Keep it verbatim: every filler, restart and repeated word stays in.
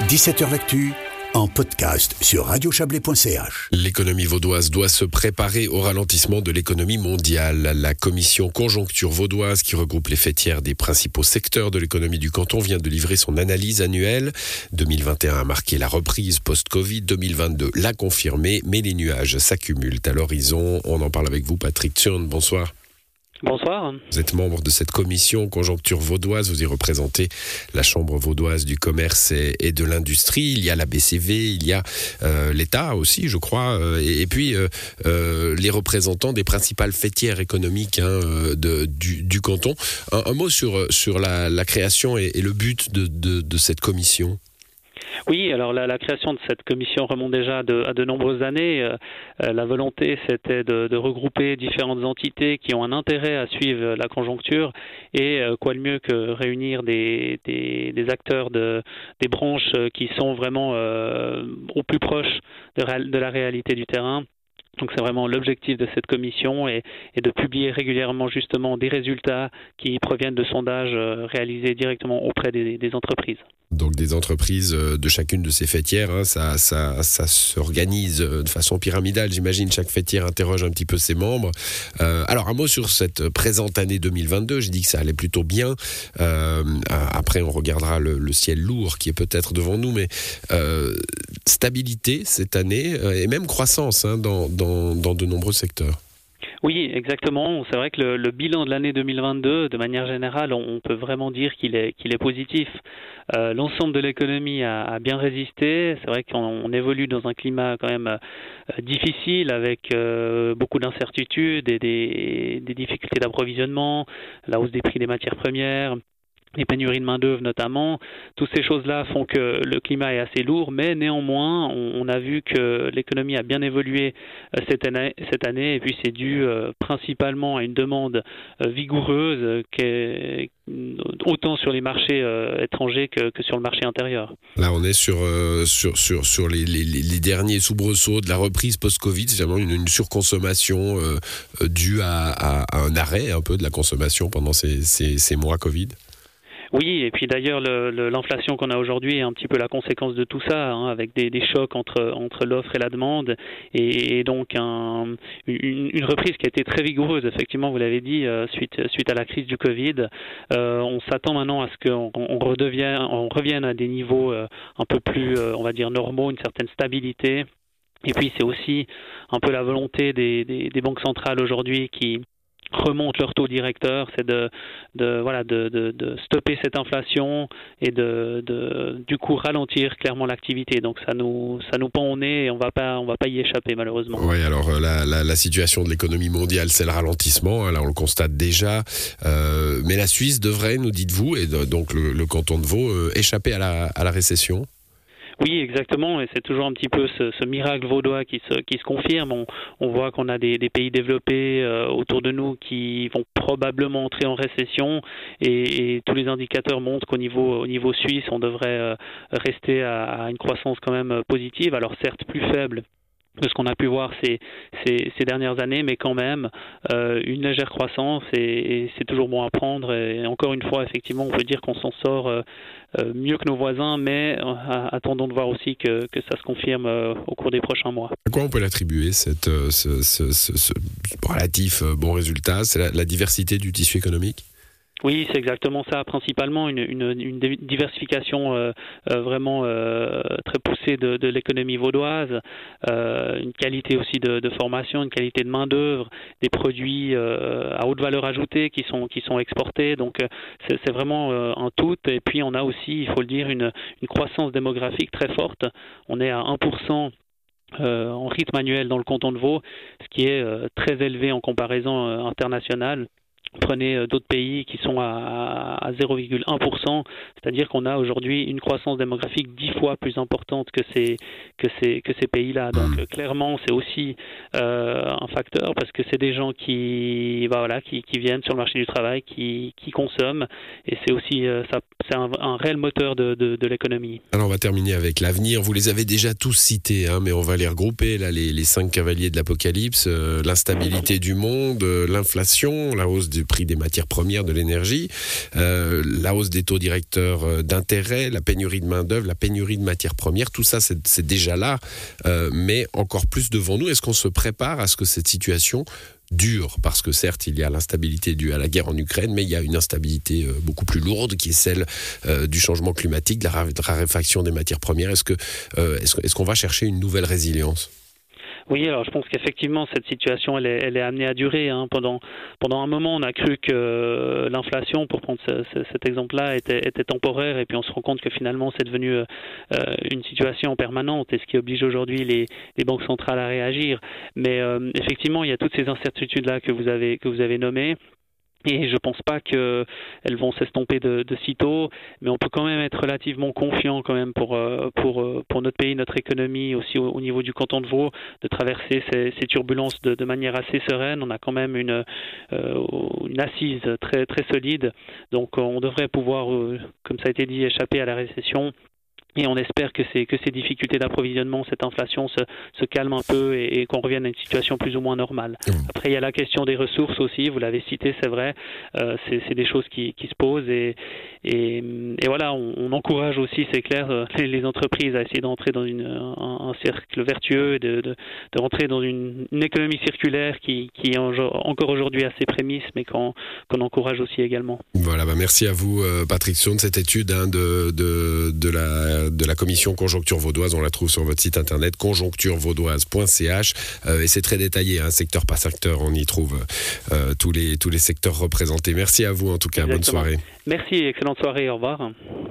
dix-sept heures L'actu, en podcast sur radio chablais point c h. L'économie vaudoise doit se préparer au ralentissement de l'économie mondiale. La commission conjoncture vaudoise, qui regroupe les fêtières des principaux secteurs de l'économie du canton, vient de livrer son analyse annuelle. deux mille vingt et un a marqué la reprise post-Covid, deux mille vingt-deux l'a confirmé, mais les nuages s'accumulent à l'horizon. On en parle avec vous, Patrick Thurn. Bonsoir. Bonsoir. Vous êtes membre de cette commission conjoncture vaudoise, vous y représentez la Chambre vaudoise du commerce et, et de l'industrie, il y a la B C V, il y a euh, l'État aussi, je crois, euh, et, et puis euh, euh, les représentants des principales fêtières économiques hein, de, du, du canton. Un, un mot sur, sur la, la création et, et le but de, de, de cette commission. Oui, alors la, la création de cette commission remonte déjà de, à de nombreuses années. Euh, la volonté, c'était de, de regrouper différentes entités qui ont un intérêt à suivre la conjoncture et euh, quoi de mieux que réunir des, des, des acteurs de, des branches qui sont vraiment euh, au plus proche de, réal, de la réalité du terrain. Donc c'est vraiment l'objectif de cette commission et, et de publier régulièrement justement des résultats qui proviennent de sondages réalisés directement auprès des, des entreprises. Donc des entreprises de chacune de ces fêtières, hein, ça, ça, ça s'organise de façon pyramidale, j'imagine. Chaque fêtière interroge un petit peu ses membres. Euh, alors un mot sur cette présente année deux mille vingt-deux, j'ai dit que ça allait plutôt bien. Euh, après on regardera le, le ciel lourd qui est peut-être devant nous, mais euh, stabilité cette année et même croissance hein, dans, dans, dans de nombreux secteurs. Oui, exactement. C'est vrai que le, le bilan de l'année deux mille vingt-deux, de manière générale, on, on peut vraiment dire qu'il est, qu'il est positif. Euh, l'ensemble de l'économie a, a bien résisté. C'est vrai qu'on on évolue dans un climat quand même euh, difficile avec euh, beaucoup d'incertitudes et des, des difficultés d'approvisionnement, la hausse des prix des matières premières, les pénuries de main-d'œuvre notamment. Toutes ces choses-là font que le climat est assez lourd, mais néanmoins, on, on a vu que l'économie a bien évolué euh, cette, année, cette année, et puis c'est dû euh, principalement à une demande euh, vigoureuse, euh, qui est, autant sur les marchés euh, étrangers que, que sur le marché intérieur. Là, on est sur, euh, sur, sur, sur les, les, les derniers soubresauts de la reprise post-Covid. C'est vraiment une, une surconsommation euh, due à, à, à un arrêt un peu de la consommation pendant ces, ces, ces mois Covid. Oui, et puis d'ailleurs le, le, l'inflation qu'on a aujourd'hui est un petit peu la conséquence de tout ça, hein, avec des, des chocs entre, entre l'offre et la demande, et, et donc un, une, une reprise qui a été très vigoureuse, effectivement, vous l'avez dit, euh, suite, suite à la crise du Covid. Euh, on s'attend maintenant à ce qu'on on redevienne, on revienne à des niveaux euh, un peu plus, euh, on va dire, normaux, une certaine stabilité. Et puis c'est aussi un peu la volonté des, des, des banques centrales aujourd'hui qui remontent leur taux directeur, c'est de, de voilà de, de, de stopper cette inflation et de, de du coup ralentir clairement l'activité. Donc ça nous ça nous pend au nez et on va pas on va pas y échapper malheureusement. Oui, alors la, la, la situation de l'économie mondiale, c'est le ralentissement. Là, on le constate déjà. Euh, mais la Suisse devrait, nous dites-vous, et donc le, le canton de Vaud, euh, échapper à la à la récession. Oui, exactement, et c'est toujours un petit peu ce, ce miracle vaudois qui se, qui se confirme. On, on voit qu'on a des, des pays développés euh, autour de nous qui vont probablement entrer en récession, et, et tous les indicateurs montrent qu'au niveau, au niveau suisse, on devrait euh, rester à, à une croissance quand même positive, alors certes plus faible de ce qu'on a pu voir ces, ces, ces dernières années, mais quand même euh, une légère croissance, et, et c'est toujours bon à prendre. Et encore une fois, effectivement, on peut dire qu'on s'en sort euh, euh, mieux que nos voisins, mais euh, attendons de voir aussi que, que ça se confirme euh, au cours des prochains mois. À quoi on peut l'attribuer, cette, ce, ce, ce, ce relatif bon résultat? C'est la, la diversité du tissu économique? Oui, c'est exactement ça, principalement une, une, une diversification euh, euh, vraiment euh, très poussée de, de l'économie vaudoise, euh, une qualité aussi de, de formation, une qualité de main-d'œuvre, des produits euh, à haute valeur ajoutée qui sont, qui sont exportés, donc euh, c'est, c'est vraiment euh, un tout. Et puis on a aussi, il faut le dire, une, une croissance démographique très forte. On est à un pour cent euh, en rythme annuel dans le canton de Vaud, ce qui est euh, très élevé en comparaison euh, internationale. Prenez d'autres pays qui sont à, à zéro virgule un pour cent, c'est-à-dire qu'on a aujourd'hui une croissance démographique dix fois plus importante que ces, que ces, que ces pays-là. Donc clairement, c'est aussi euh, un facteur, parce que c'est des gens qui, bah voilà, qui, qui viennent sur le marché du travail, qui, qui consomment, et c'est aussi euh, ça, c'est un, un réel moteur de, de, de l'économie. Alors on va terminer avec l'avenir. Vous les avez déjà tous cités, hein, mais on va les regrouper, là, les, les cinq cavaliers de l'apocalypse, euh, l'instabilité du monde, euh, l'inflation, la hausse hausse du prix des matières premières, de l'énergie, euh, la hausse des taux directeurs d'intérêt, la pénurie de main-d'œuvre, la pénurie de matières premières, tout ça c'est, c'est déjà là, euh, mais encore plus devant nous. Est-ce qu'on se prépare à ce que cette situation dure, parce que certes il y a l'instabilité due à la guerre en Ukraine, mais il y a une instabilité euh, beaucoup plus lourde qui est celle euh, du changement climatique, de la raréfaction des matières premières. Est-ce que euh, est-ce, est-ce qu'on va chercher une nouvelle résilience ? Oui, alors je pense qu'effectivement cette situation elle est, elle est amenée à durer. Hein. Pendant pendant un moment, on a cru que euh, l'inflation, pour prendre ce, ce, cet exemple-là, était, était temporaire, et puis on se rend compte que finalement c'est devenu euh, une situation permanente, et ce qui oblige aujourd'hui les, les banques centrales à réagir. Mais euh, effectivement, il y a toutes ces incertitudes-là que vous avez que vous avez nommées. Et je ne pense pas qu'elles vont s'estomper de, de sitôt, mais on peut quand même être relativement confiant quand même pour, pour, pour notre pays, notre économie, aussi au, au niveau du canton de Vaud, de traverser ces, ces turbulences de, de manière assez sereine. On a quand même une, euh, une assise très, très solide, donc on devrait pouvoir, euh, comme ça a été dit, échapper à la récession. Et on espère que ces, que ces difficultés d'approvisionnement, cette inflation se, se calme un peu, et, et qu'on revienne à une situation plus ou moins normale. Après, il y a la question des ressources aussi, vous l'avez cité, c'est vrai, euh, c'est, c'est des choses qui, qui se posent, et, et, et voilà, on, on encourage aussi, c'est clair, les, les entreprises à essayer d'entrer dans une, un, un cercle vertueux, et de, de, de rentrer dans une, une économie circulaire qui, qui est encore aujourd'hui à ses prémices, mais qu'on, qu'on encourage aussi également. Voilà, bah merci à vous Patrick Soun, de cette étude hein, de, de, de la de la commission Conjoncture Vaudoise, on la trouve sur votre site internet conjoncture vaudoise point c h, euh, et c'est très détaillé, hein, secteur par secteur, on y trouve euh, tous les tous les secteurs représentés. Merci à vous en tout cas. Exactement. Bonne soirée. Merci, excellente soirée, au revoir.